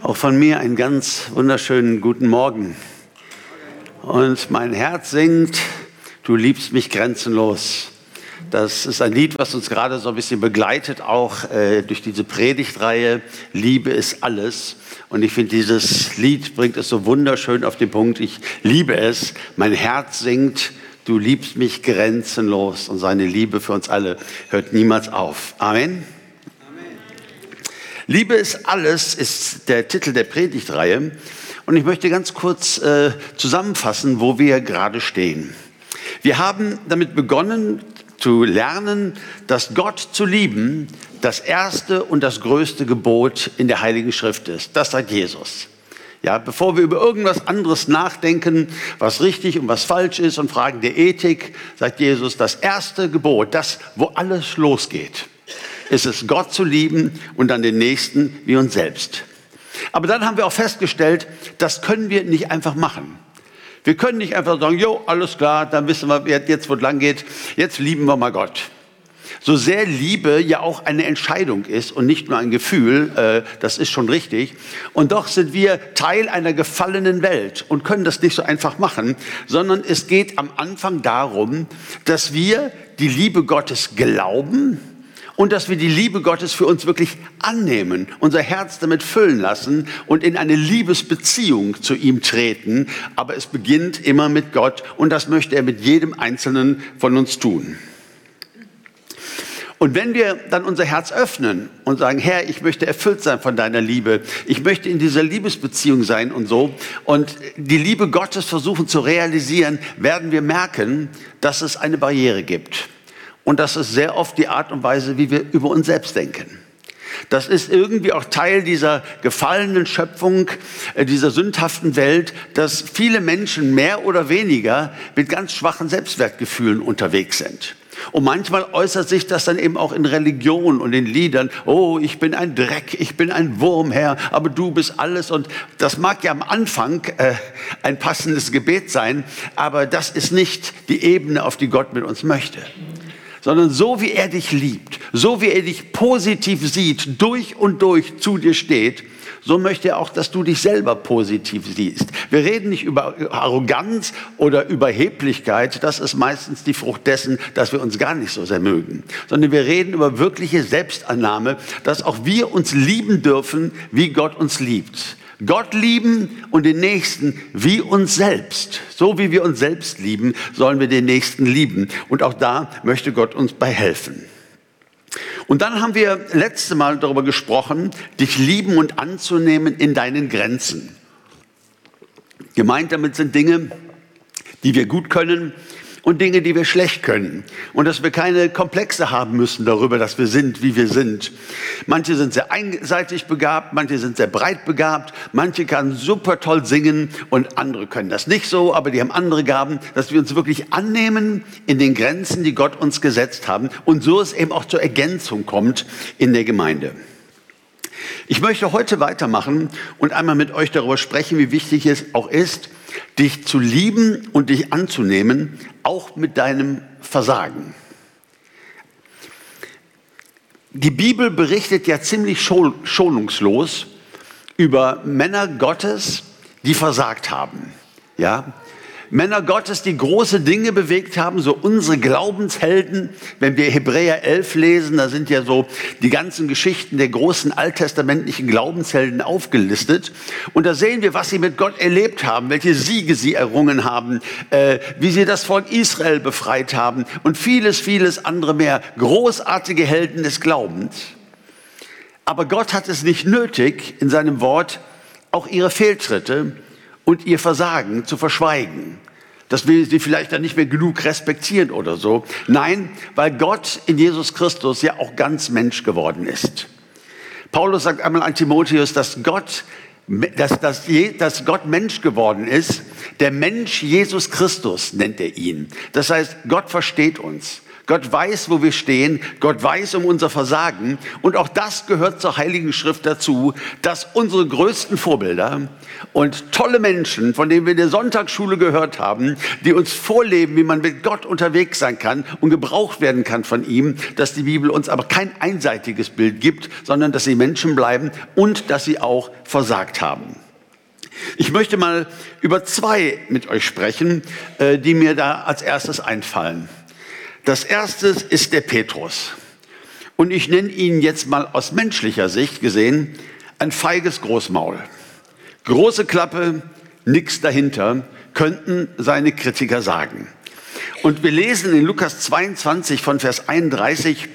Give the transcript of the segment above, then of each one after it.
Auch von mir einen ganz wunderschönen guten Morgen. Und mein Herz singt, du liebst mich grenzenlos. Das ist ein Lied, was uns gerade so ein bisschen begleitet, auch durch diese Predigtreihe Liebe ist alles. Und ich finde, dieses Lied bringt es so wunderschön auf den Punkt. Ich liebe es. Mein Herz singt, du liebst mich grenzenlos. Und seine Liebe für uns alle hört niemals auf. Amen. Liebe ist alles ist der Titel der Predigtreihe. Und ich möchte ganz kurz zusammenfassen, wo wir gerade stehen. Wir haben damit begonnen zu lernen, dass Gott zu lieben das erste und das größte Gebot in der Heiligen Schrift ist. Das sagt Jesus. Ja, bevor wir über irgendwas anderes nachdenken, was richtig und was falsch ist und Fragen der Ethik, sagt Jesus, das erste Gebot, das, wo alles losgeht, ist es, Gott zu lieben und dann den Nächsten wie uns selbst. Aber dann haben wir auch festgestellt, das können wir nicht einfach machen. Wir können nicht einfach sagen, jo, alles klar, dann wissen wir jetzt, wo es lang geht, jetzt lieben wir mal Gott. So sehr Liebe ja auch eine Entscheidung ist und nicht nur ein Gefühl, das ist schon richtig. Und doch sind wir Teil einer gefallenen Welt und können das nicht so einfach machen, sondern es geht am Anfang darum, dass wir die Liebe Gottes glauben und dass wir die Liebe Gottes für uns wirklich annehmen, unser Herz damit füllen lassen und in eine Liebesbeziehung zu ihm treten. Aber es beginnt immer mit Gott und das möchte er mit jedem Einzelnen von uns tun. Und wenn wir dann unser Herz öffnen und sagen, Herr, ich möchte erfüllt sein von deiner Liebe, ich möchte in dieser Liebesbeziehung sein und so, und die Liebe Gottes versuchen zu realisieren, werden wir merken, dass es eine Barriere gibt. Und das ist sehr oft die Art und Weise, wie wir über uns selbst denken. Das ist irgendwie auch Teil dieser gefallenen Schöpfung, dieser sündhaften Welt, dass viele Menschen mehr oder weniger mit ganz schwachen Selbstwertgefühlen unterwegs sind. Und manchmal äußert sich das dann eben auch in Religion und in Liedern. Oh, ich bin ein Dreck, ich bin ein Wurm, Herr, aber du bist alles. Und das mag ja am Anfang ein passendes Gebet sein, aber das ist nicht die Ebene, auf die Gott mit uns möchte. Sondern so wie er dich liebt, so wie er dich positiv sieht, durch und durch zu dir steht, so möchte er auch, dass du dich selber positiv siehst. Wir reden nicht über Arroganz oder Überheblichkeit, das ist meistens die Frucht dessen, dass wir uns gar nicht so sehr mögen. Sondern wir reden über wirkliche Selbstannahme, dass auch wir uns lieben dürfen, wie Gott uns liebt. Gott lieben und den Nächsten wie uns selbst. So wie wir uns selbst lieben, sollen wir den Nächsten lieben. Und auch da möchte Gott uns bei helfen. Und dann haben wir letzte Mal darüber gesprochen, dich lieben und anzunehmen in deinen Grenzen. Gemeint damit sind Dinge, die wir gut können und Dinge, die wir schlecht können. Und dass wir keine Komplexe haben müssen darüber, dass wir sind, wie wir sind. Manche sind sehr einseitig begabt, manche sind sehr breit begabt, manche können super toll singen und andere können das nicht so, aber die haben andere Gaben, dass wir uns wirklich annehmen in den Grenzen, die Gott uns gesetzt haben und so es eben auch zur Ergänzung kommt in der Gemeinde. Ich möchte heute weitermachen und einmal mit euch darüber sprechen, wie wichtig es auch ist, dich zu lieben und dich anzunehmen, auch mit deinem Versagen. Die Bibel berichtet ja ziemlich schonungslos über Männer Gottes, die versagt haben. Ja? Männer Gottes, die große Dinge bewegt haben, so unsere Glaubenshelden. Wenn wir Hebräer 11 lesen, da sind ja so die ganzen Geschichten der großen alttestamentlichen Glaubenshelden aufgelistet. Und da sehen wir, was sie mit Gott erlebt haben, welche Siege sie errungen haben, wie sie das Volk Israel befreit haben und vieles, vieles andere mehr. Großartige Helden des Glaubens. Aber Gott hat es nicht nötig, in seinem Wort auch ihre Fehltritte und ihr Versagen zu verschweigen. Dass wir sie vielleicht dann nicht mehr genug respektieren oder so. Nein, weil Gott in Jesus Christus ja auch ganz Mensch geworden ist. Paulus sagt einmal an Timotheus, dass Gott Mensch geworden ist. Der Mensch Jesus Christus nennt er ihn. Das heißt, Gott versteht uns. Gott weiß, wo wir stehen. Gott weiß um unser Versagen. Und auch das gehört zur Heiligen Schrift dazu, dass unsere größten Vorbilder und tolle Menschen, von denen wir in der Sonntagsschule gehört haben, die uns vorleben, wie man mit Gott unterwegs sein kann und gebraucht werden kann von ihm, dass die Bibel uns aber kein einseitiges Bild gibt, sondern dass sie Menschen bleiben und dass sie auch versagt haben. Ich möchte mal über zwei mit euch sprechen, die mir da als erstes einfallen. Das erste ist der Petrus. Und ich nenne ihn jetzt mal aus menschlicher Sicht gesehen ein feiges Großmaul. Große Klappe, nichts dahinter, könnten seine Kritiker sagen. Und wir lesen in Lukas 22 von Vers 31,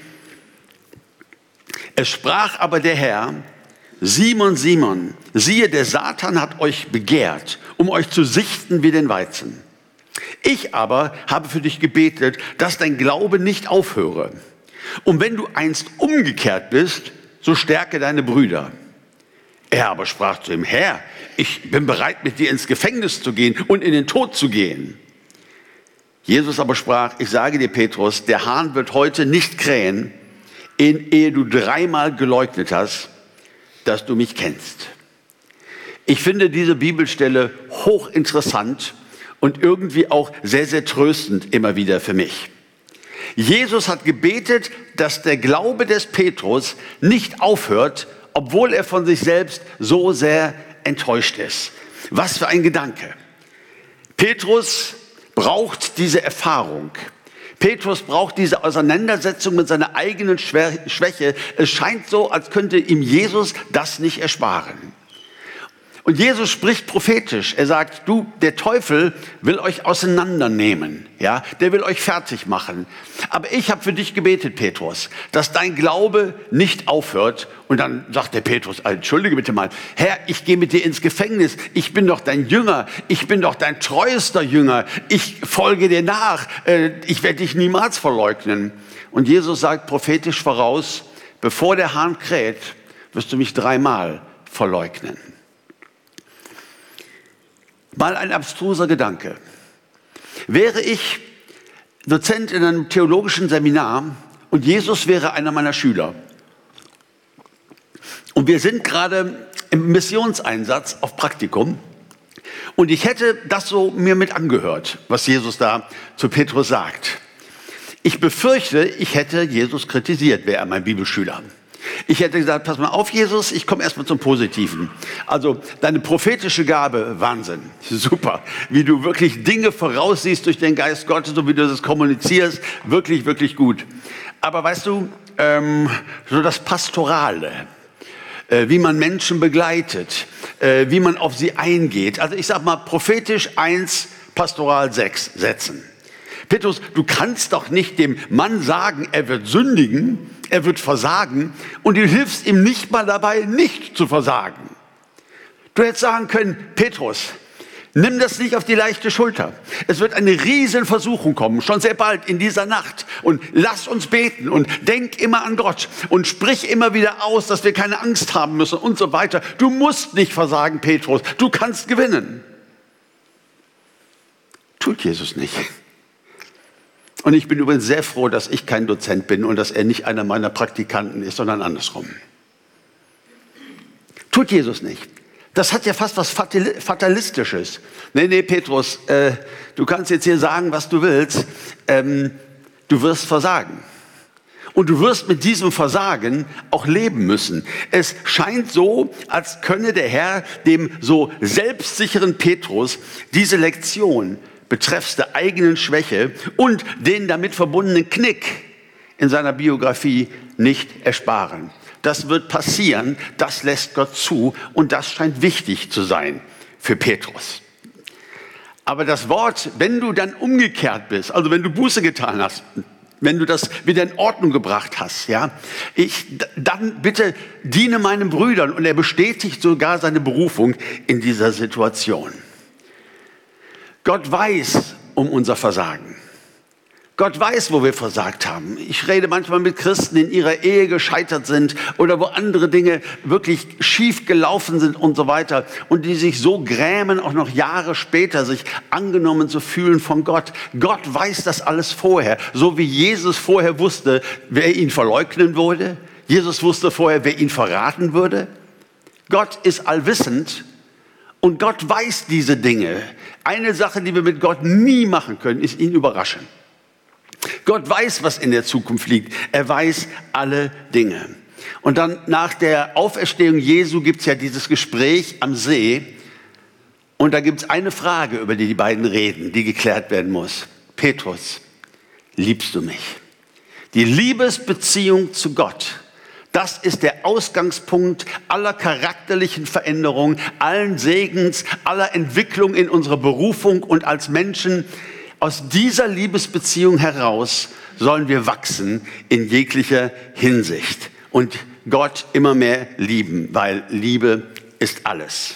es sprach aber der Herr, Simon, Simon, siehe, der Satan hat euch begehrt, um euch zu sichten wie den Weizen. Ich aber habe für dich gebetet, dass dein Glaube nicht aufhöre. Und wenn du einst umgekehrt bist, so stärke deine Brüder. Er aber sprach zu ihm, Herr, ich bin bereit, mit dir ins Gefängnis zu gehen und in den Tod zu gehen. Jesus aber sprach, ich sage dir, Petrus, der Hahn wird heute nicht krähen, ehe du 3-mal geleugnet hast, dass du mich kennst. Ich finde diese Bibelstelle hochinteressant und irgendwie auch sehr, sehr tröstend immer wieder für mich. Jesus hat gebetet, dass der Glaube des Petrus nicht aufhört, obwohl er von sich selbst so sehr enttäuscht ist. Was für ein Gedanke. Petrus braucht diese Erfahrung. Petrus braucht diese Auseinandersetzung mit seiner eigenen Schwäche. Es scheint so, als könnte ihm Jesus das nicht ersparen. Und Jesus spricht prophetisch. Er sagt, der Teufel will euch auseinandernehmen. Ja, der will euch fertig machen. Aber ich habe für dich gebetet, Petrus, dass dein Glaube nicht aufhört. Und dann sagt der Petrus, entschuldige bitte mal, Herr, ich gehe mit dir ins Gefängnis. Ich bin doch dein Jünger. Ich bin doch dein treuester Jünger. Ich folge dir nach. Ich werde dich niemals verleugnen. Und Jesus sagt prophetisch voraus, bevor der Hahn kräht, wirst du mich 3-mal verleugnen. Mal ein abstruser Gedanke. Wäre ich Dozent in einem theologischen Seminar und Jesus wäre einer meiner Schüler und wir sind gerade im Missionseinsatz auf Praktikum und ich hätte das so mir mit angehört, was Jesus da zu Petrus sagt. Ich befürchte, ich hätte Jesus kritisiert, wäre er mein Bibelschüler. Ich hätte gesagt, pass mal auf, Jesus, ich komme erstmal zum Positiven. Also deine prophetische Gabe, Wahnsinn, super. Wie du wirklich Dinge voraussiehst durch den Geist Gottes und wie du das kommunizierst, wirklich, wirklich gut. Aber weißt du, so das Pastorale, wie man Menschen begleitet, wie man auf sie eingeht. Also ich sag mal prophetisch 1, Pastoral 6 setzen. Petrus, du kannst doch nicht dem Mann sagen, er wird sündigen, er wird versagen und du hilfst ihm nicht mal dabei, nicht zu versagen. Du hättest sagen können, Petrus, nimm das nicht auf die leichte Schulter. Es wird eine riesen Versuchung kommen, schon sehr bald in dieser Nacht. Und lass uns beten und denk immer an Gott und sprich immer wieder aus, dass wir keine Angst haben müssen und so weiter. Du musst nicht versagen, Petrus, du kannst gewinnen. Tut Jesus nicht. Und ich bin übrigens sehr froh, dass ich kein Dozent bin und dass er nicht einer meiner Praktikanten ist, sondern andersrum. Tut Jesus nicht. Das hat ja fast was Fatalistisches. Nee, Petrus, du kannst jetzt hier sagen, was du willst. Du wirst versagen. Und du wirst mit diesem Versagen auch leben müssen. Es scheint so, als könne der Herr dem so selbstsicheren Petrus diese Lektion betreffs der eigenen Schwäche und den damit verbundenen Knick in seiner Biografie nicht ersparen. Das wird passieren, das lässt Gott zu und das scheint wichtig zu sein für Petrus. Aber das Wort, wenn du dann umgekehrt bist, also wenn du Buße getan hast, wenn du das wieder in Ordnung gebracht hast, ja, dann bitte diene meinen Brüdern. Und er bestätigt sogar seine Berufung in dieser Situation. Gott weiß um unser Versagen. Gott weiß, wo wir versagt haben. Ich rede manchmal mit Christen, die in ihrer Ehe gescheitert sind oder wo andere Dinge wirklich schief gelaufen sind und so weiter und die sich so grämen, auch noch Jahre später sich angenommen zu fühlen von Gott. Gott weiß das alles vorher, so wie Jesus vorher wusste, wer ihn verleugnen würde. Jesus wusste vorher, wer ihn verraten würde. Gott ist allwissend und Gott weiß diese Dinge. Eine Sache, die wir mit Gott nie machen können, ist ihn überraschen. Gott weiß, was in der Zukunft liegt. Er weiß alle Dinge. Und dann nach der Auferstehung Jesu gibt es ja dieses Gespräch am See. Und da gibt es eine Frage, über die beiden reden, die geklärt werden muss. Petrus, liebst du mich? Die Liebesbeziehung zu Gott, das ist der Ausgangspunkt aller charakterlichen Veränderungen, allen Segens, aller Entwicklung in unserer Berufung und als Menschen. Aus dieser Liebesbeziehung heraus sollen wir wachsen in jeglicher Hinsicht und Gott immer mehr lieben, weil Liebe ist alles.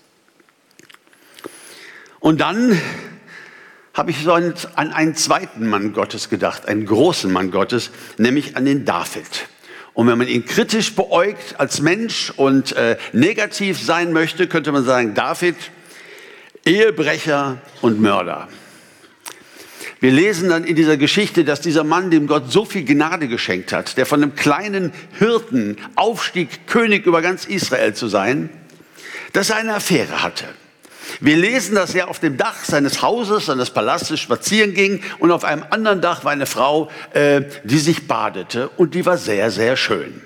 Und dann habe ich so an einen zweiten Mann Gottes gedacht, einen großen Mann Gottes, nämlich an den David. Und wenn man ihn kritisch beäugt als Mensch und negativ sein möchte, könnte man sagen, David, Ehebrecher und Mörder. Wir lesen dann in dieser Geschichte, dass dieser Mann, dem Gott so viel Gnade geschenkt hat, der von einem kleinen Hirten aufstieg, König über ganz Israel zu sein, dass er eine Affäre hatte. Wir lesen, dass er auf dem Dach seines Hauses, seines Palastes spazieren ging und auf einem anderen Dach war eine Frau, die sich badete und die war sehr, sehr schön.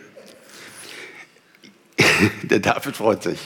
Der David freut sich.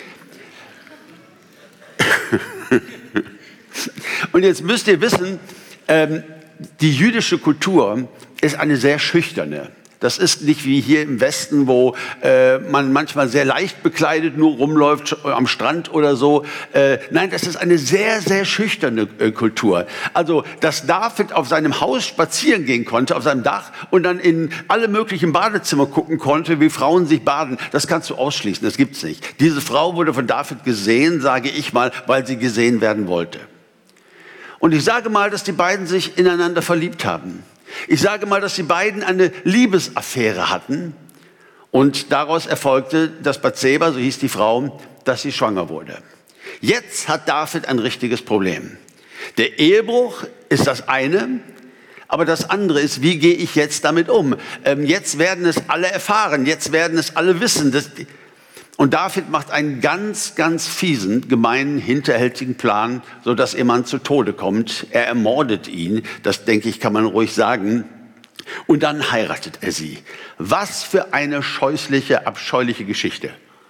Und jetzt müsst ihr wissen, die jüdische Kultur ist eine sehr schüchterne. Das ist nicht wie hier im Westen, wo man manchmal sehr leicht bekleidet nur rumläuft am Strand oder so. Nein, das ist eine sehr, sehr schüchterne Kultur. Also, dass David auf seinem Haus spazieren gehen konnte, auf seinem Dach und dann in alle möglichen Badezimmer gucken konnte, wie Frauen sich baden, das kannst du ausschließen, das gibt's nicht. Diese Frau wurde von David gesehen, sage ich mal, weil sie gesehen werden wollte. Und ich sage mal, dass die beiden sich ineinander verliebt haben. Ich sage mal, dass die beiden eine Liebesaffäre hatten und daraus erfolgte, dass Bathseba, so hieß die Frau, dass sie schwanger wurde. Jetzt hat David ein richtiges Problem. Der Ehebruch ist das eine, aber das andere ist, wie gehe ich jetzt damit um? Jetzt werden es alle erfahren, jetzt werden es alle wissen. Und David macht einen ganz, ganz fiesen, gemeinen, hinterhältigen Plan, sodass ihr Mann zu Tode kommt. Er ermordet ihn, das denke ich, kann man ruhig sagen. Und dann heiratet er sie. Was für eine scheußliche, abscheuliche Geschichte.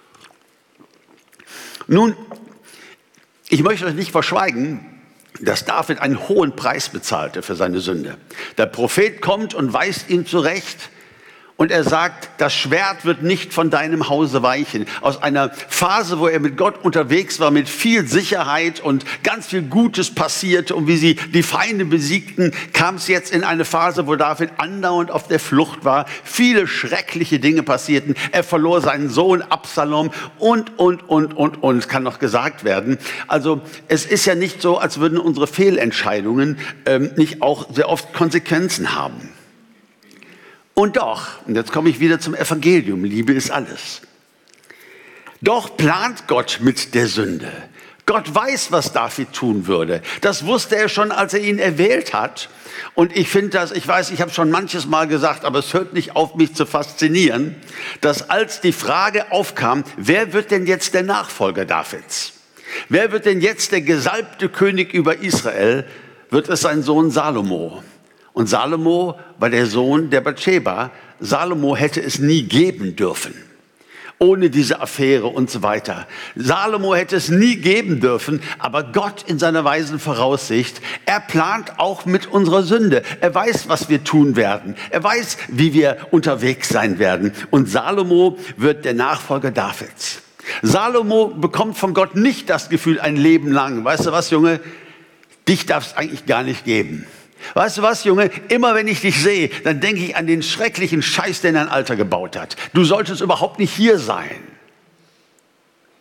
Nun, ich möchte euch nicht verschweigen, dass David einen hohen Preis bezahlte für seine Sünde. Der Prophet kommt und weist ihn zurecht. Und er sagt, das Schwert wird nicht von deinem Hause weichen. Aus einer Phase, wo er mit Gott unterwegs war, mit viel Sicherheit und ganz viel Gutes passierte und wie sie die Feinde besiegten, kam es jetzt in eine Phase, wo David andauernd auf der Flucht war. Viele schreckliche Dinge passierten. Er verlor seinen Sohn Absalom und. Es kann noch gesagt werden. Also es ist ja nicht so, als würden unsere Fehlentscheidungen nicht auch sehr oft Konsequenzen haben. Und doch, und jetzt komme ich wieder zum Evangelium, Liebe ist alles. Doch plant Gott mit der Sünde. Gott weiß, was David tun würde. Das wusste er schon, als er ihn erwählt hat. Und ich finde das, ich weiß, ich habe schon manches Mal gesagt, aber es hört nicht auf, mich zu faszinieren, dass als die Frage aufkam, wer wird denn jetzt der Nachfolger Davids? Wer wird denn jetzt der gesalbte König über Israel? Wird es sein Sohn Salomo? Und Salomo war der Sohn der Bathseba. Salomo hätte es nie geben dürfen, ohne diese Affäre und so weiter. Salomo hätte es nie geben dürfen, aber Gott in seiner weisen Voraussicht, er plant auch mit unserer Sünde. Er weiß, was wir tun werden. Er weiß, wie wir unterwegs sein werden. Und Salomo wird der Nachfolger Davids. Salomo bekommt von Gott nicht das Gefühl, ein Leben lang, weißt du was, Junge, dich darf es eigentlich gar nicht geben. Weißt du was, Junge? Immer wenn ich dich sehe, dann denke ich an den schrecklichen Scheiß, den dein Alter gebaut hat. Du solltest überhaupt nicht hier sein.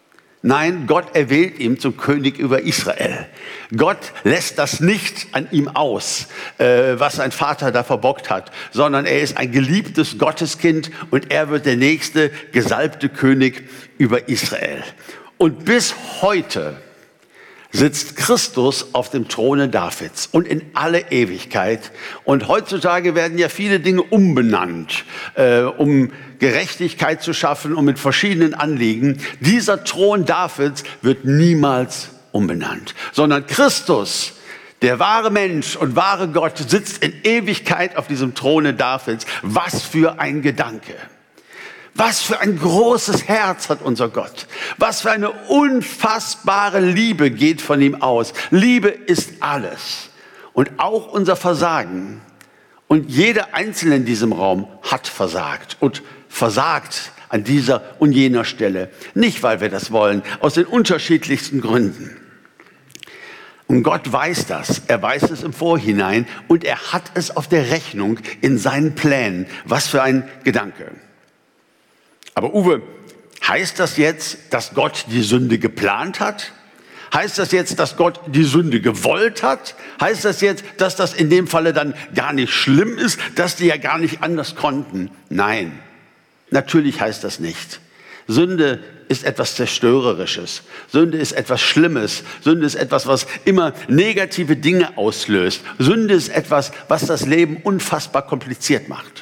Nein, Gott erwählt ihn zum König über Israel. Gott lässt das nicht an ihm aus, was sein Vater da verbockt hat, sondern er ist ein geliebtes Gotteskind und er wird der nächste gesalbte König über Israel. Und bis heute sitzt Christus auf dem Throne Davids und in alle Ewigkeit. Und heutzutage werden ja viele Dinge umbenannt, um Gerechtigkeit zu schaffen und mit verschiedenen Anliegen. Dieser Thron Davids wird niemals umbenannt, sondern Christus, der wahre Mensch und wahre Gott, sitzt in Ewigkeit auf diesem Throne Davids. Was für ein Gedanke! Was für ein großes Herz hat unser Gott. Was für eine unfassbare Liebe geht von ihm aus. Liebe ist alles. Und auch unser Versagen. Und jeder Einzelne in diesem Raum hat versagt und versagt an dieser und jener Stelle. Nicht, weil wir das wollen, aus den unterschiedlichsten Gründen. Und Gott weiß das. Er weiß es im Vorhinein und er hat es auf der Rechnung in seinen Plänen. Was für ein Gedanke. Aber Uwe, heißt das jetzt, dass Gott die Sünde geplant hat? Heißt das jetzt, dass Gott die Sünde gewollt hat? Heißt das jetzt, dass das in dem Falle dann gar nicht schlimm ist, dass die ja gar nicht anders konnten? Nein, natürlich heißt das nicht. Sünde ist etwas Zerstörerisches. Sünde ist etwas Schlimmes. Sünde ist etwas, was immer negative Dinge auslöst. Sünde ist etwas, was das Leben unfassbar kompliziert macht.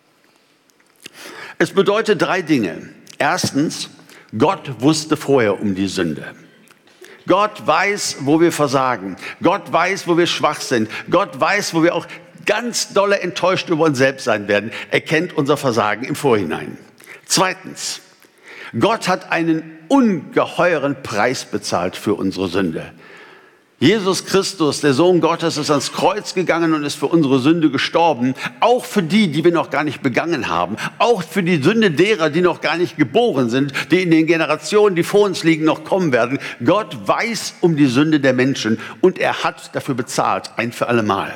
Es bedeutet 3 Dinge. Erstens, Gott wusste vorher um die Sünde. Gott weiß, wo wir versagen. Gott weiß, wo wir schwach sind. Gott weiß, wo wir auch ganz dolle enttäuscht über uns selbst sein werden. Er kennt unser Versagen im Vorhinein. Zweitens, Gott hat einen ungeheuren Preis bezahlt für unsere Sünde. Jesus Christus, der Sohn Gottes, ist ans Kreuz gegangen und ist für unsere Sünde gestorben. Auch für die, die wir noch gar nicht begangen haben. Auch für die Sünde derer, die noch gar nicht geboren sind, die in den Generationen, die vor uns liegen, noch kommen werden. Gott weiß um die Sünde der Menschen und er hat dafür bezahlt, ein für alle Mal.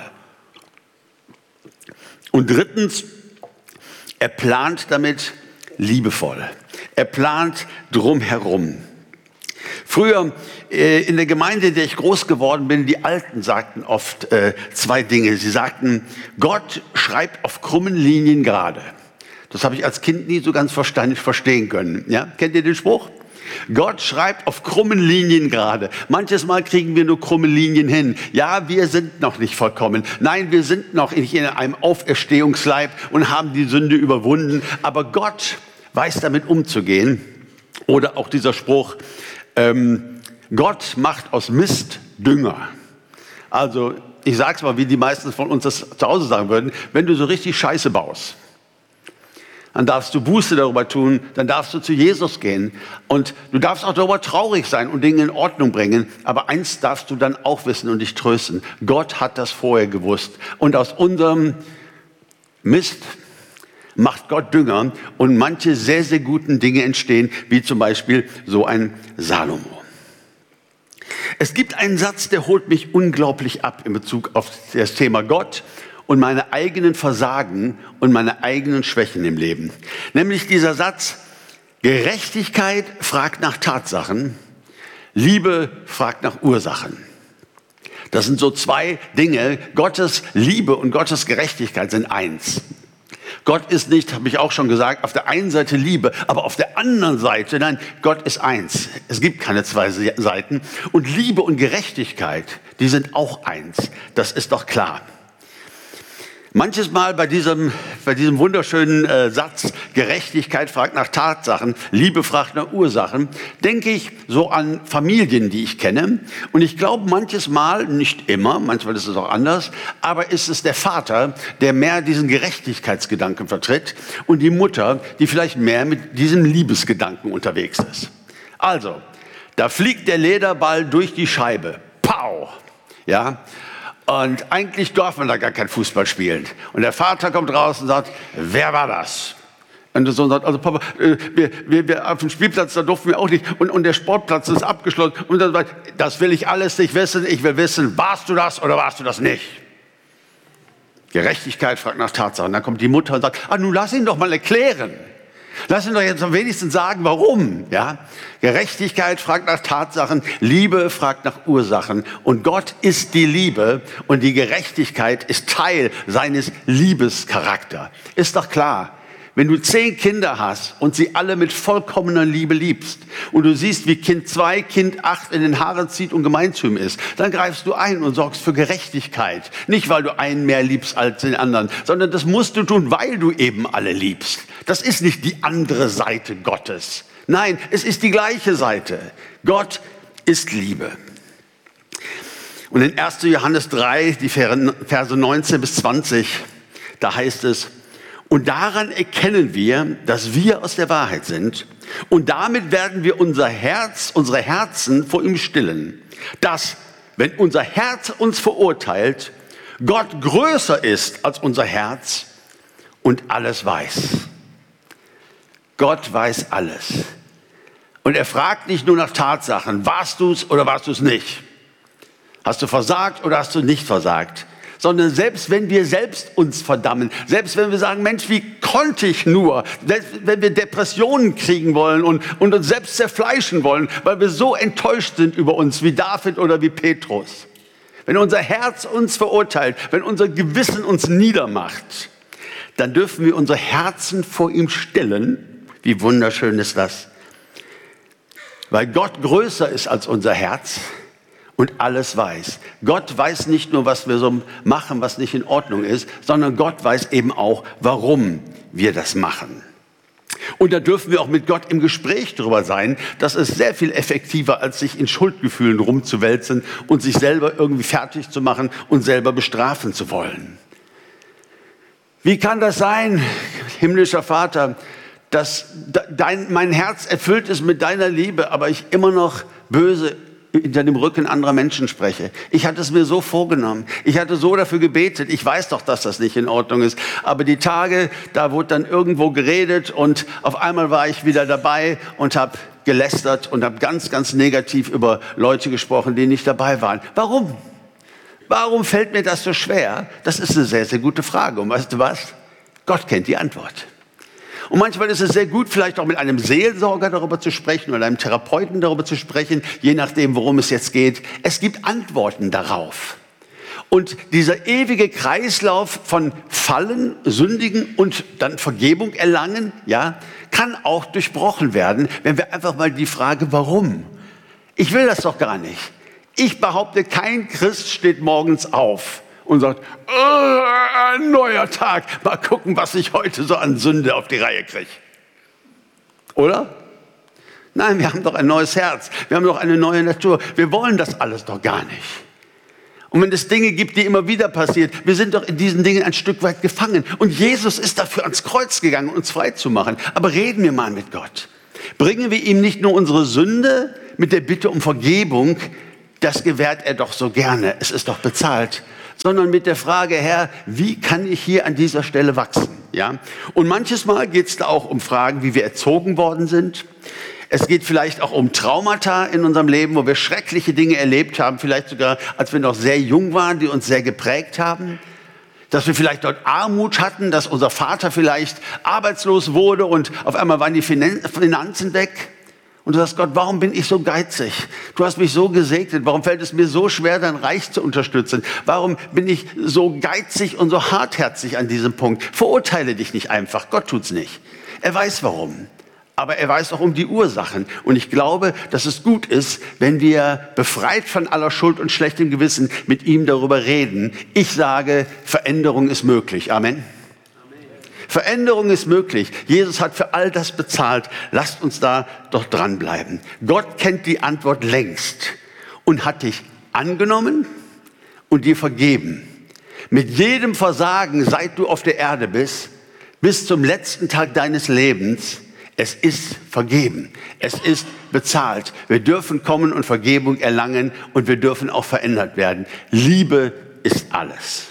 Und drittens, er plant damit liebevoll. Er plant drumherum. Früher in der Gemeinde, in der ich groß geworden bin, die Alten sagten oft 2 Dinge. Sie sagten, Gott schreibt auf krummen Linien gerade. Das habe ich als Kind nie so ganz verstehen können. Ja? Kennt ihr den Spruch? Gott schreibt auf krummen Linien gerade. Manches Mal kriegen wir nur krumme Linien hin. Ja, wir sind noch nicht vollkommen. Nein, wir sind noch nicht in einem Auferstehungsleib und haben die Sünde überwunden. Aber Gott weiß damit umzugehen. Oder auch dieser Spruch, Gott macht aus Mist Dünger. Also ich sage es mal, wie die meisten von uns das zu Hause sagen würden, wenn du so richtig Scheiße baust, dann darfst du Buße darüber tun, dann darfst du zu Jesus gehen und du darfst auch darüber traurig sein und Dinge in Ordnung bringen. Aber eins darfst du dann auch wissen und dich trösten. Gott hat das vorher gewusst und aus unserem Mist macht Gott Dünger und manche sehr, sehr guten Dinge entstehen, wie zum Beispiel so ein Salomo. Es gibt einen Satz, der holt mich unglaublich ab in Bezug auf das Thema Gott und meine eigenen Versagen und meine eigenen Schwächen im Leben. Nämlich dieser Satz, Gerechtigkeit fragt nach Tatsachen, Liebe fragt nach Ursachen. Das sind so 2 Dinge, Gottes Liebe und Gottes Gerechtigkeit sind eins. Gott ist nicht, habe ich auch schon gesagt, auf der einen Seite Liebe, aber auf der anderen Seite, nein, Gott ist eins. Es gibt keine 2 Seiten. Und Liebe und Gerechtigkeit, die sind auch eins. Das ist doch klar. Manches Mal bei diesem wunderschönen Satz, Gerechtigkeit fragt nach Tatsachen, Liebe fragt nach Ursachen, denke ich so an Familien, die ich kenne. Und ich glaube manches Mal, nicht immer, manchmal ist es auch anders, aber ist es der Vater, der mehr diesen Gerechtigkeitsgedanken vertritt und die Mutter, die vielleicht mehr mit diesem Liebesgedanken unterwegs ist. Also, da fliegt der Lederball durch die Scheibe. Pow! Ja. Und eigentlich darf man da gar kein Fußball spielen. Und der Vater kommt raus und sagt, wer war das? Und der Sohn sagt, also Papa, wir auf dem Spielplatz, da durften wir auch nicht. Und der Sportplatz ist abgeschlossen. Und dann sagt, das will ich alles nicht wissen. Ich will wissen, warst du das oder warst du das nicht? Gerechtigkeit fragt nach Tatsachen. Dann kommt die Mutter und sagt, nun lass ihn doch mal erklären. Lass uns doch jetzt am wenigsten sagen, warum. Ja? Gerechtigkeit fragt nach Tatsachen, Liebe fragt nach Ursachen. Und Gott ist die Liebe und die Gerechtigkeit ist Teil seines Liebescharakter. Ist doch klar. Wenn du 10 Kinder hast und sie alle mit vollkommener Liebe liebst und du siehst, wie Kind 2, Kind 8 in den Haaren zieht und gemeinsam ist, dann greifst du ein und sorgst für Gerechtigkeit. Nicht, weil du einen mehr liebst als den anderen, sondern das musst du tun, weil du eben alle liebst. Das ist nicht die andere Seite Gottes. Nein, es ist die gleiche Seite. Gott ist Liebe. Und in 1. Johannes 3, die Verse 19 bis 20, da heißt es: Und daran erkennen wir, dass wir aus der Wahrheit sind. Und damit werden wir unsere Herzen vor ihm stillen. Dass, wenn unser Herz uns verurteilt, Gott größer ist als unser Herz und alles weiß. Gott weiß alles. Und er fragt nicht nur nach Tatsachen, warst du es oder warst du es nicht? Hast du versagt oder hast du nicht versagt? Sondern selbst wenn wir selbst uns verdammen, selbst wenn wir sagen, Mensch, wie konnte ich nur, selbst wenn wir Depressionen kriegen wollen und uns selbst zerfleischen wollen, weil wir so enttäuscht sind über uns, wie David oder wie Petrus. Wenn unser Herz uns verurteilt, wenn unser Gewissen uns niedermacht, dann dürfen wir unsere Herzen vor ihm stellen. Wie wunderschön ist das. Weil Gott größer ist als unser Herz und alles weiß. Gott weiß nicht nur, was wir so machen, was nicht in Ordnung ist, sondern Gott weiß eben auch, warum wir das machen. Und da dürfen wir auch mit Gott im Gespräch darüber sein. Das ist sehr viel effektiver, als sich in Schuldgefühlen rumzuwälzen und sich selber irgendwie fertig zu machen und selber bestrafen zu wollen. Wie kann das sein, himmlischer Vater, dass mein Herz erfüllt ist mit deiner Liebe, aber ich immer noch böse hinter dem Rücken anderer Menschen spreche? Ich hatte es mir so vorgenommen. Ich hatte so dafür gebetet. Ich weiß doch, dass das nicht in Ordnung ist. Aber die Tage, da wurde dann irgendwo geredet und auf einmal war ich wieder dabei und habe gelästert und habe ganz, ganz negativ über Leute gesprochen, die nicht dabei waren. Warum? Warum fällt mir das so schwer? Das ist eine sehr, sehr gute Frage. Und weißt du was? Gott kennt die Antwort. Und manchmal ist es sehr gut, vielleicht auch mit einem Seelsorger darüber zu sprechen oder einem Therapeuten darüber zu sprechen, je nachdem, worum es jetzt geht. Es gibt Antworten darauf. Und dieser ewige Kreislauf von Fallen, Sündigen und dann Vergebung erlangen, ja, kann auch durchbrochen werden, wenn wir einfach mal die Frage, warum? Ich will das doch gar nicht. Ich behaupte, kein Christ steht morgens auf und sagt, ein neuer Tag, mal gucken, was ich heute so an Sünde auf die Reihe kriege. Oder? Nein, wir haben doch ein neues Herz, wir haben doch eine neue Natur. Wir wollen das alles doch gar nicht. Und wenn es Dinge gibt, die immer wieder passieren, wir sind doch in diesen Dingen ein Stück weit gefangen. Und Jesus ist dafür ans Kreuz gegangen, uns frei zu machen. Aber reden wir mal mit Gott. Bringen wir ihm nicht nur unsere Sünde mit der Bitte um Vergebung, das gewährt er doch so gerne, es ist doch bezahlt, sondern mit der Frage, Herr, wie kann ich hier an dieser Stelle wachsen? Ja? Und manches Mal geht es da auch um Fragen, wie wir erzogen worden sind. Es geht vielleicht auch um Traumata in unserem Leben, wo wir schreckliche Dinge erlebt haben, vielleicht sogar, als wir noch sehr jung waren, die uns sehr geprägt haben. Dass wir vielleicht dort Armut hatten, dass unser Vater vielleicht arbeitslos wurde und auf einmal waren die Finanzen weg. Und du sagst, Gott, warum bin ich so geizig? Du hast mich so gesegnet. Warum fällt es mir so schwer, dein Reich zu unterstützen? Warum bin ich so geizig und so hartherzig an diesem Punkt? Verurteile dich nicht einfach. Gott tut's nicht. Er weiß warum. Aber er weiß auch um die Ursachen. Und ich glaube, dass es gut ist, wenn wir befreit von aller Schuld und schlechtem Gewissen mit ihm darüber reden. Ich sage, Veränderung ist möglich. Amen. Veränderung ist möglich. Jesus hat für all das bezahlt. Lasst uns da doch dranbleiben. Gott kennt die Antwort längst und hat dich angenommen und dir vergeben. Mit jedem Versagen, seit du auf der Erde bist, bis zum letzten Tag deines Lebens, es ist vergeben. Es ist bezahlt. Wir dürfen kommen und Vergebung erlangen und wir dürfen auch verändert werden. Liebe ist alles.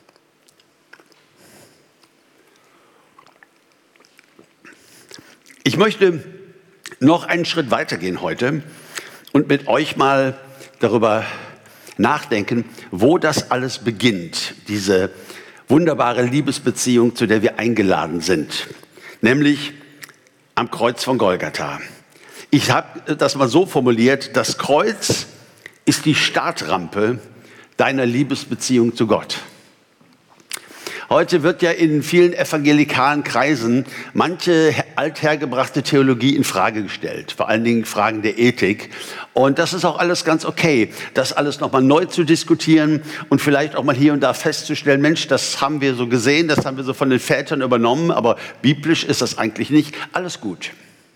Ich möchte noch einen Schritt weitergehen heute und mit euch mal darüber nachdenken, wo das alles beginnt, diese wunderbare Liebesbeziehung, zu der wir eingeladen sind. Nämlich am Kreuz von Golgatha. Ich habe das mal so formuliert, das Kreuz ist die Startrampe deiner Liebesbeziehung zu Gott. Heute wird ja in vielen evangelikalen Kreisen manche althergebrachte Theologie in Frage gestellt, vor allen Dingen Fragen der Ethik. Und das ist auch alles ganz okay, das alles nochmal neu zu diskutieren und vielleicht auch mal hier und da festzustellen, Mensch, das haben wir so gesehen, das haben wir so von den Vätern übernommen, aber biblisch ist das eigentlich nicht. Alles gut.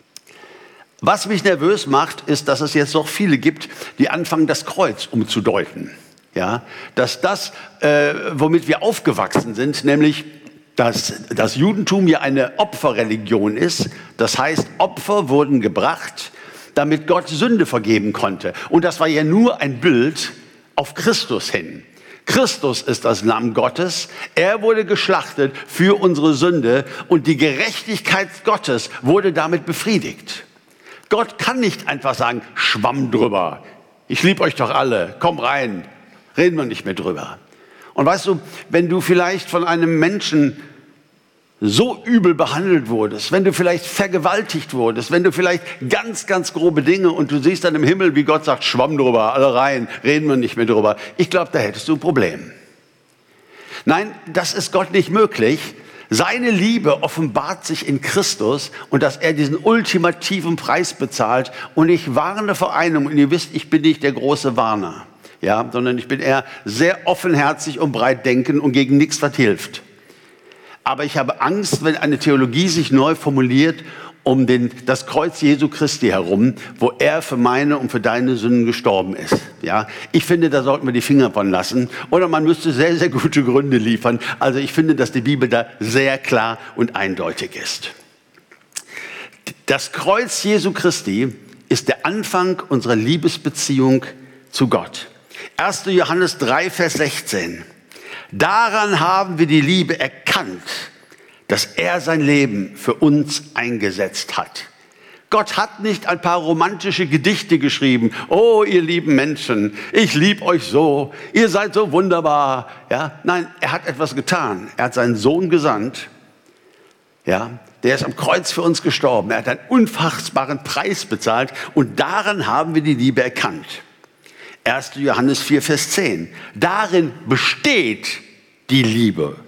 Was mich nervös macht, ist, dass es jetzt noch viele gibt, die anfangen, das Kreuz umzudeuten. Ja, dass das, womit wir aufgewachsen sind, nämlich, dass das Judentum ja eine Opferreligion ist. Das heißt, Opfer wurden gebracht, damit Gott Sünde vergeben konnte. Und das war ja nur ein Bild auf Christus hin. Christus ist das Lamm Gottes. Er wurde geschlachtet für unsere Sünde und die Gerechtigkeit Gottes wurde damit befriedigt. Gott kann nicht einfach sagen, Schwamm drüber. Ich liebe euch doch alle, komm rein. Reden wir nicht mehr drüber. Und weißt du, wenn du vielleicht von einem Menschen so übel behandelt wurdest, wenn du vielleicht vergewaltigt wurdest, wenn du vielleicht ganz, ganz grobe Dinge und du siehst dann im Himmel, wie Gott sagt, Schwamm drüber, alle rein, reden wir nicht mehr drüber. Ich glaube, da hättest du ein Problem. Nein, das ist Gott nicht möglich. Seine Liebe offenbart sich in Christus und dass er diesen ultimativen Preis bezahlt. Und ich warne vor einem, und ihr wisst, ich bin nicht der große Warner. Ja, sondern ich bin eher sehr offenherzig und breit denken und gegen nichts, was hilft. Aber ich habe Angst, wenn eine Theologie sich neu formuliert um das Kreuz Jesu Christi herum, wo er für meine und für deine Sünden gestorben ist. Ja, ich finde, da sollten wir die Finger von lassen. Oder man müsste sehr, sehr gute Gründe liefern. Also ich finde, dass die Bibel da sehr klar und eindeutig ist. Das Kreuz Jesu Christi ist der Anfang unserer Liebesbeziehung zu Gott. 1. Johannes 3, Vers 16. Daran haben wir die Liebe erkannt, dass er sein Leben für uns eingesetzt hat. Gott hat nicht ein paar romantische Gedichte geschrieben. Oh, ihr lieben Menschen, ich liebe euch so, ihr seid so wunderbar. Ja, nein, er hat etwas getan. Er hat seinen Sohn gesandt. Ja, der ist am Kreuz für uns gestorben. Er hat einen unfassbaren Preis bezahlt und daran haben wir die Liebe erkannt. 1. Johannes 4, Vers 10. Darin besteht die Liebe.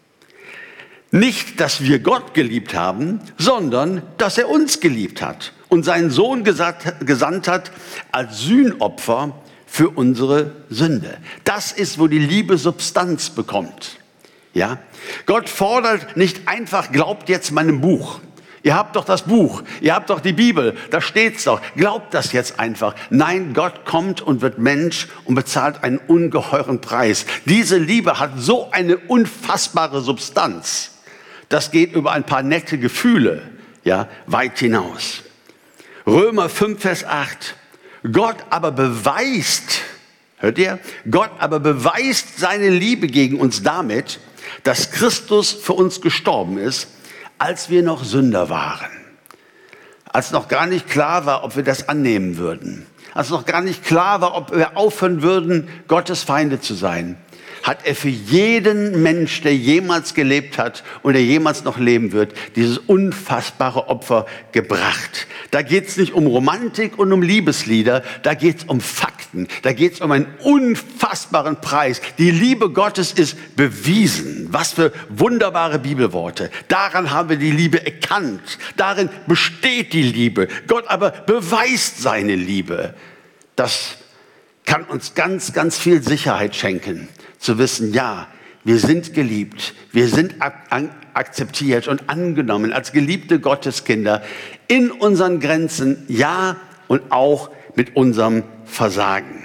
Nicht, dass wir Gott geliebt haben, sondern, dass er uns geliebt hat und seinen Sohn gesandt hat als Sühnopfer für unsere Sünde. Das ist, wo die Liebe Substanz bekommt. Ja? Gott fordert nicht einfach, glaubt jetzt meinem Buch. Ihr habt doch das Buch, ihr habt doch die Bibel, da steht's doch. Glaubt das jetzt einfach. Nein, Gott kommt und wird Mensch und bezahlt einen ungeheuren Preis. Diese Liebe hat so eine unfassbare Substanz. Das geht über ein paar nette Gefühle, ja, weit hinaus. Römer 5, Vers 8. Gott aber beweist, hört ihr? Gott aber beweist seine Liebe gegen uns damit, dass Christus für uns gestorben ist, als wir noch Sünder waren, als noch gar nicht klar war, ob wir das annehmen würden, als noch gar nicht klar war, ob wir aufhören würden, Gottes Feinde zu sein, hat er für jeden Mensch, der jemals gelebt hat und der jemals noch leben wird, dieses unfassbare Opfer gebracht. Da geht es nicht um Romantik und um Liebeslieder, da geht es um Fakten, da geht es um einen unfassbaren Preis. Die Liebe Gottes ist bewiesen. Was für wunderbare Bibelworte. Daran haben wir die Liebe erkannt. Darin besteht die Liebe. Gott aber beweist seine Liebe. Das kann uns ganz, ganz viel Sicherheit schenken. Zu wissen, ja, wir sind geliebt, wir sind akzeptiert und angenommen als geliebte Gotteskinder in unseren Grenzen, ja, und auch mit unserem Versagen.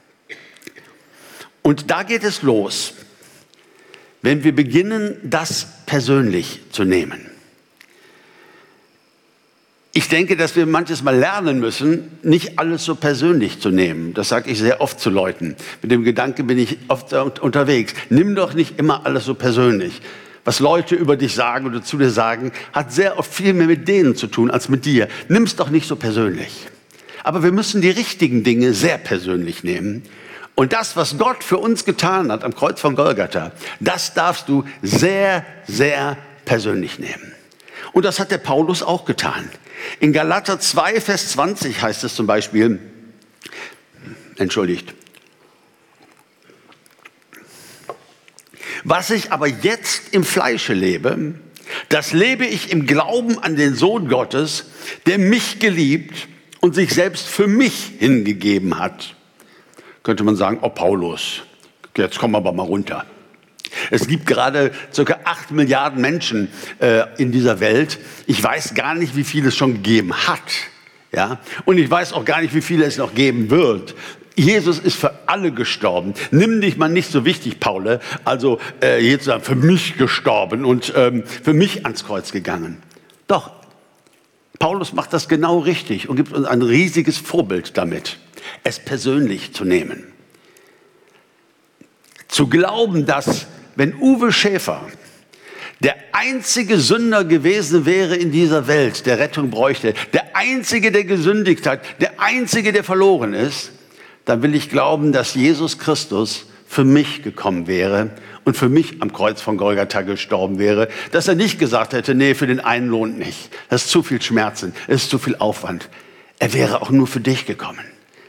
Und da geht es los, wenn wir beginnen, das persönlich zu nehmen. Ich denke, dass wir manches Mal lernen müssen, nicht alles so persönlich zu nehmen. Das sage ich sehr oft zu Leuten. Mit dem Gedanken bin ich oft unterwegs. Nimm doch nicht immer alles so persönlich. Was Leute über dich sagen oder zu dir sagen, hat sehr oft viel mehr mit denen zu tun als mit dir. Nimm es doch nicht so persönlich. Aber wir müssen die richtigen Dinge sehr persönlich nehmen. Und das, was Gott für uns getan hat am Kreuz von Golgatha, das darfst du sehr, sehr persönlich nehmen. Und das hat der Paulus auch getan. In Galater 2, Vers 20 heißt es zum Beispiel, was ich aber jetzt im Fleische lebe, das lebe ich im Glauben an den Sohn Gottes, der mich geliebt und sich selbst für mich hingegeben hat. Könnte man sagen, oh Paulus, jetzt kommen wir aber mal runter. Es gibt gerade ca. 8 Milliarden Menschen in dieser Welt. Ich weiß gar nicht, wie viele es schon gegeben hat. Ja? Und ich weiß auch gar nicht, wie viele es noch geben wird. Jesus ist für alle gestorben. Nimm dich mal nicht so wichtig, Paul. Also jetzt sagen, für mich gestorben und für mich ans Kreuz gegangen. Doch, Paulus macht das genau richtig und gibt uns ein riesiges Vorbild damit, es persönlich zu nehmen. Zu glauben, dass, wenn Uwe Schäfer der einzige Sünder gewesen wäre in dieser Welt, der Rettung bräuchte, der einzige, der gesündigt hat, der einzige, der verloren ist, dann will ich glauben, dass Jesus Christus für mich gekommen wäre und für mich am Kreuz von Golgatha gestorben wäre, dass er nicht gesagt hätte, nee, für den einen lohnt nicht, das ist zu viel Schmerzen, es ist zu viel Aufwand. Er wäre auch nur für dich gekommen.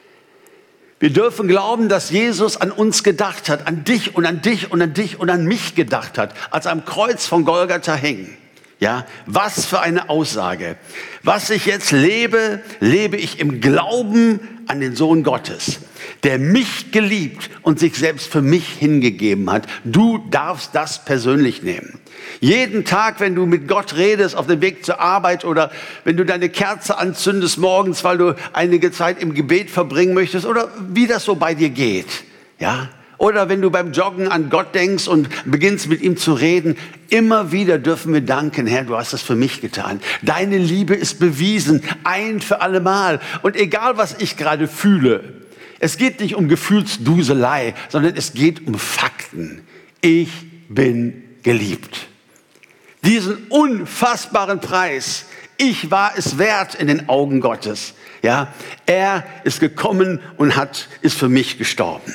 Wir dürfen glauben, dass Jesus an uns gedacht hat, an dich und an dich und an dich und an mich gedacht hat, als er am Kreuz von Golgatha hing. Ja, was für eine Aussage. Was ich jetzt lebe, lebe ich im Glauben an den Sohn Gottes, der mich geliebt und sich selbst für mich hingegeben hat. Du darfst das persönlich nehmen. Jeden Tag, wenn du mit Gott redest, auf dem Weg zur Arbeit oder wenn du deine Kerze anzündest morgens, weil du einige Zeit im Gebet verbringen möchtest oder wie das so bei dir geht, ja. Oder wenn du beim Joggen an Gott denkst und beginnst mit ihm zu reden, immer wieder dürfen wir danken, Herr, du hast das für mich getan. Deine Liebe ist bewiesen, ein für alle Mal. Und egal, was ich gerade fühle, es geht nicht um Gefühlsduselei, sondern es geht um Fakten. Ich bin geliebt. Diesen unfassbaren Preis, ich war es wert in den Augen Gottes. Ja, er ist gekommen und ist für mich gestorben.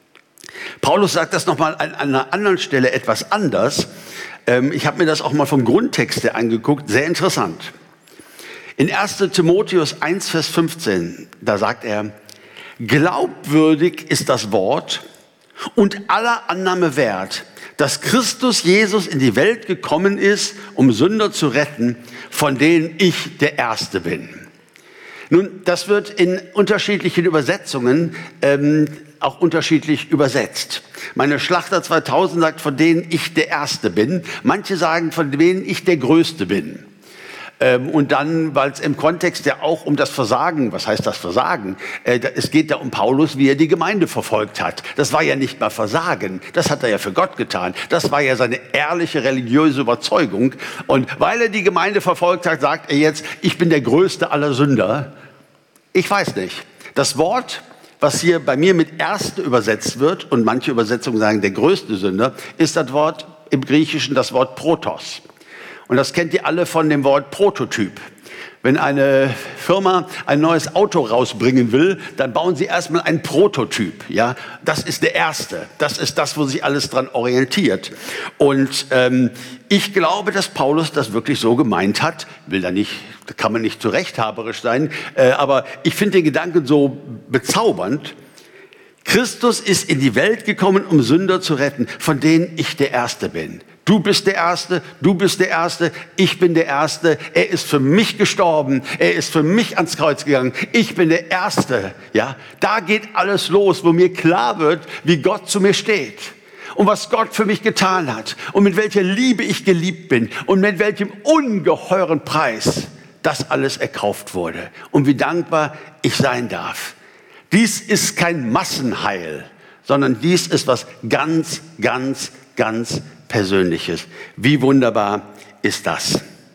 Paulus sagt das nochmal an einer anderen Stelle etwas anders. Ich habe mir das auch mal vom Grundtext her angeguckt, sehr interessant. In 1. Timotheus 1, Vers 15, da sagt er, glaubwürdig ist das Wort und aller Annahme wert, dass Christus Jesus in die Welt gekommen ist, um Sünder zu retten, von denen ich der Erste bin. Nun, das wird in unterschiedlichen Übersetzungen auch unterschiedlich übersetzt. Meine Schlachter 2000 sagt, von denen ich der Erste bin. Manche sagen, von denen ich der Größte bin. Und dann, weil es im Kontext ja auch um das Versagen, was heißt das Versagen? Es geht da um Paulus, wie er die Gemeinde verfolgt hat. Das war ja nicht mal Versagen, das hat er ja für Gott getan. Das war ja seine ehrliche religiöse Überzeugung. Und weil er die Gemeinde verfolgt hat, sagt er jetzt, ich bin der Größte aller Sünder. Ich weiß nicht. Das Wort, was hier bei mir mit Erste übersetzt wird, und manche Übersetzungen sagen der größte Sünder, ist das Wort im Griechischen das Wort Protos. Und das kennt ihr alle von dem Wort Prototyp. Wenn eine Firma ein neues Auto rausbringen will, dann bauen sie erstmal einen Prototyp. Ja, das ist der erste. Das ist das, wo sich alles dran orientiert. Und ich glaube, dass Paulus das wirklich so gemeint hat. Da kann man nicht zu rechthaberisch sein. Aber ich finde den Gedanken so bezaubernd. Christus ist in die Welt gekommen, um Sünder zu retten, von denen ich der Erste bin. Du bist der Erste, du bist der Erste, ich bin der Erste. Er ist für mich gestorben, er ist für mich ans Kreuz gegangen. Ich bin der Erste. Ja, da geht alles los, wo mir klar wird, wie Gott zu mir steht und was Gott für mich getan hat und mit welcher Liebe ich geliebt bin und mit welchem ungeheuren Preis das alles erkauft wurde und wie dankbar ich sein darf. Dies ist kein Massenheil, sondern dies ist was ganz, ganz, ganz Persönliches. Wie wunderbar ist das?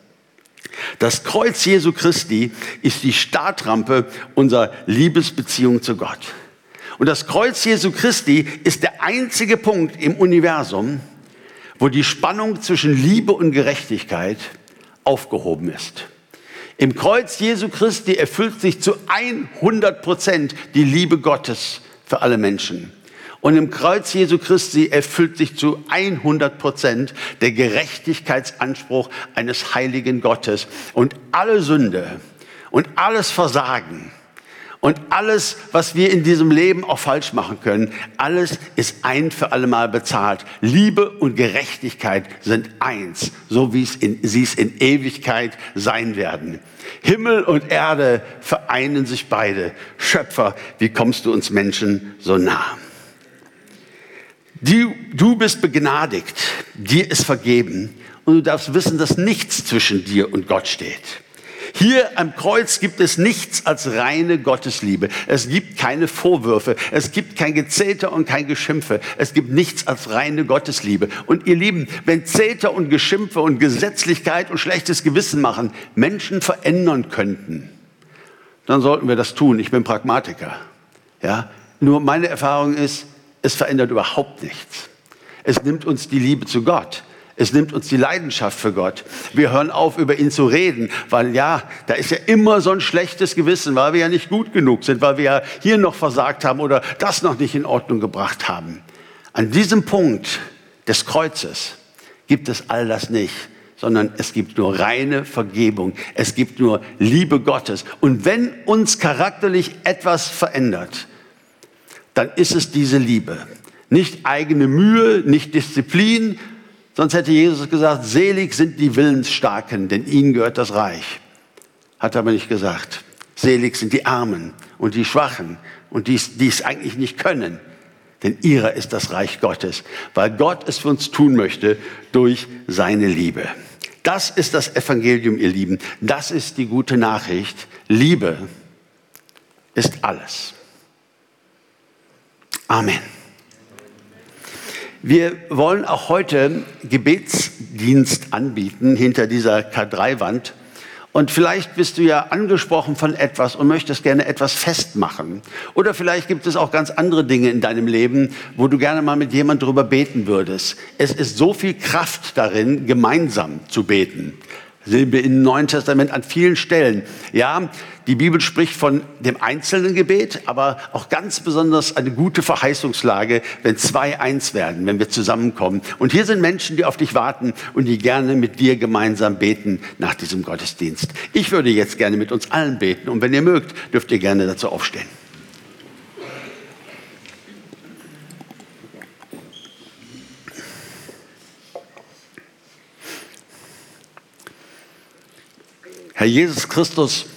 Das Kreuz Jesu Christi ist die Startrampe unserer Liebesbeziehung zu Gott. Und das Kreuz Jesu Christi ist der einzige Punkt im Universum, wo die Spannung zwischen Liebe und Gerechtigkeit aufgehoben ist. Im Kreuz Jesu Christi erfüllt sich zu 100% die Liebe Gottes für alle Menschen. Und im Kreuz Jesu Christi erfüllt sich zu 100% der Gerechtigkeitsanspruch eines heiligen Gottes. Und alle Sünde und alles Versagen und alles, was wir in diesem Leben auch falsch machen können, alles ist ein für alle Mal bezahlt. Liebe und Gerechtigkeit sind eins, so wie sie es in Ewigkeit sein werden. Himmel und Erde vereinen sich beide. Schöpfer, wie kommst du uns Menschen so nah? Du bist begnadigt, dir ist vergeben und du darfst wissen, dass nichts zwischen dir und Gott steht. Hier am Kreuz gibt es nichts als reine Gottesliebe. Es gibt keine Vorwürfe, es gibt kein Gezeter und kein Geschimpfe. Es gibt nichts als reine Gottesliebe. Und ihr Lieben, wenn Zeter und Geschimpfe und Gesetzlichkeit und schlechtes Gewissen machen Menschen verändern könnten, dann sollten wir das tun. Ich bin Pragmatiker. Ja? Nur meine Erfahrung ist, es verändert überhaupt nichts. Es nimmt uns die Liebe zu Gott. Es nimmt uns die Leidenschaft für Gott. Wir hören auf, über ihn zu reden, weil ja, da ist ja immer so ein schlechtes Gewissen, weil wir ja nicht gut genug sind, weil wir ja hier noch versagt haben oder das noch nicht in Ordnung gebracht haben. An diesem Punkt des Kreuzes gibt es all das nicht, sondern es gibt nur reine Vergebung. Es gibt nur Liebe Gottes. Und wenn uns charakterlich etwas verändert, dann ist es diese Liebe. Nicht eigene Mühe, nicht Disziplin. Sonst hätte Jesus gesagt, selig sind die Willensstarken, denn ihnen gehört das Reich. Hat er aber nicht gesagt. Selig sind die Armen und die Schwachen und die es eigentlich nicht können. Denn ihrer ist das Reich Gottes, weil Gott es für uns tun möchte durch seine Liebe. Das ist das Evangelium, ihr Lieben. Das ist die gute Nachricht. Liebe ist alles. Amen. Wir wollen auch heute Gebetsdienst anbieten hinter dieser K3-Wand. Und vielleicht bist du ja angesprochen von etwas und möchtest gerne etwas festmachen. Oder vielleicht gibt es auch ganz andere Dinge in deinem Leben, wo du gerne mal mit jemandem drüber beten würdest. Es ist so viel Kraft darin, gemeinsam zu beten. Sehen wir im Neuen Testament an vielen Stellen. Ja, die Bibel spricht von dem einzelnen Gebet, aber auch ganz besonders eine gute Verheißungslage, wenn zwei eins werden, wenn wir zusammenkommen. Und hier sind Menschen, die auf dich warten und die gerne mit dir gemeinsam beten nach diesem Gottesdienst. Ich würde jetzt gerne mit uns allen beten und wenn ihr mögt, dürft ihr gerne dazu aufstehen. Herr Jesus Christus,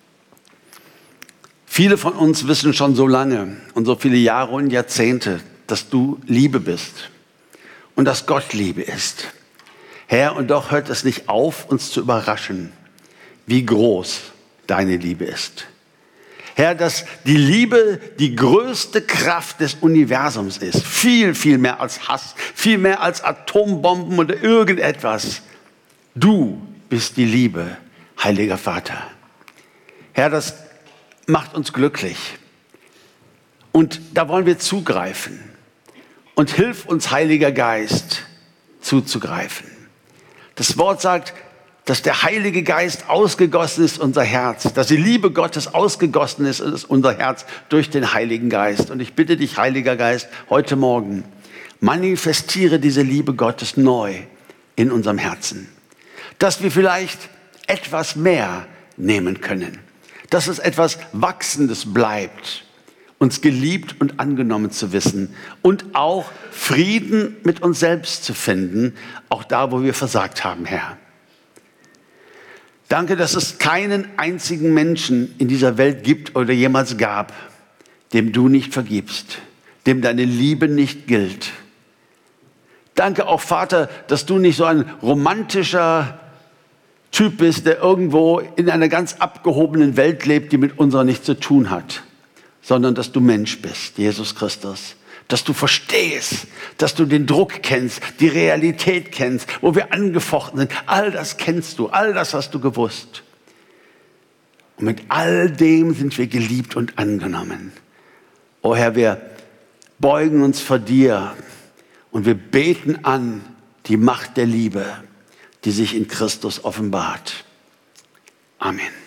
viele von uns wissen schon so lange und so viele Jahre und Jahrzehnte, dass du Liebe bist und dass Gott Liebe ist. Herr, und doch hört es nicht auf, uns zu überraschen, wie groß deine Liebe ist. Herr, dass die Liebe die größte Kraft des Universums ist. Viel, viel mehr als Hass, viel mehr als Atombomben oder irgendetwas. Du bist die Liebe. Heiliger Vater, Herr, das macht uns glücklich und da wollen wir zugreifen und hilf uns, Heiliger Geist, zuzugreifen. Das Wort sagt, dass der Heilige Geist ausgegossen ist in unser Herz, dass die Liebe Gottes ausgegossen ist in unser Herz durch den Heiligen Geist. Und ich bitte dich, Heiliger Geist, heute Morgen, manifestiere diese Liebe Gottes neu in unserem Herzen, dass wir vielleicht etwas mehr nehmen können, dass es etwas Wachsendes bleibt, uns geliebt und angenommen zu wissen und auch Frieden mit uns selbst zu finden, auch da, wo wir versagt haben, Herr. Danke, dass es keinen einzigen Menschen in dieser Welt gibt oder jemals gab, dem du nicht vergibst, dem deine Liebe nicht gilt. Danke auch, Vater, dass du nicht so ein romantischer Typ bist, der irgendwo in einer ganz abgehobenen Welt lebt, die mit unserer nichts zu tun hat, sondern dass du Mensch bist, Jesus Christus, dass du verstehst, dass du den Druck kennst, die Realität kennst, wo wir angefochten sind. All das kennst du, all das hast du gewusst. Und mit all dem sind wir geliebt und angenommen. O Herr, wir beugen uns vor dir und wir beten an die Macht der Liebe, die sich in Christus offenbart. Amen.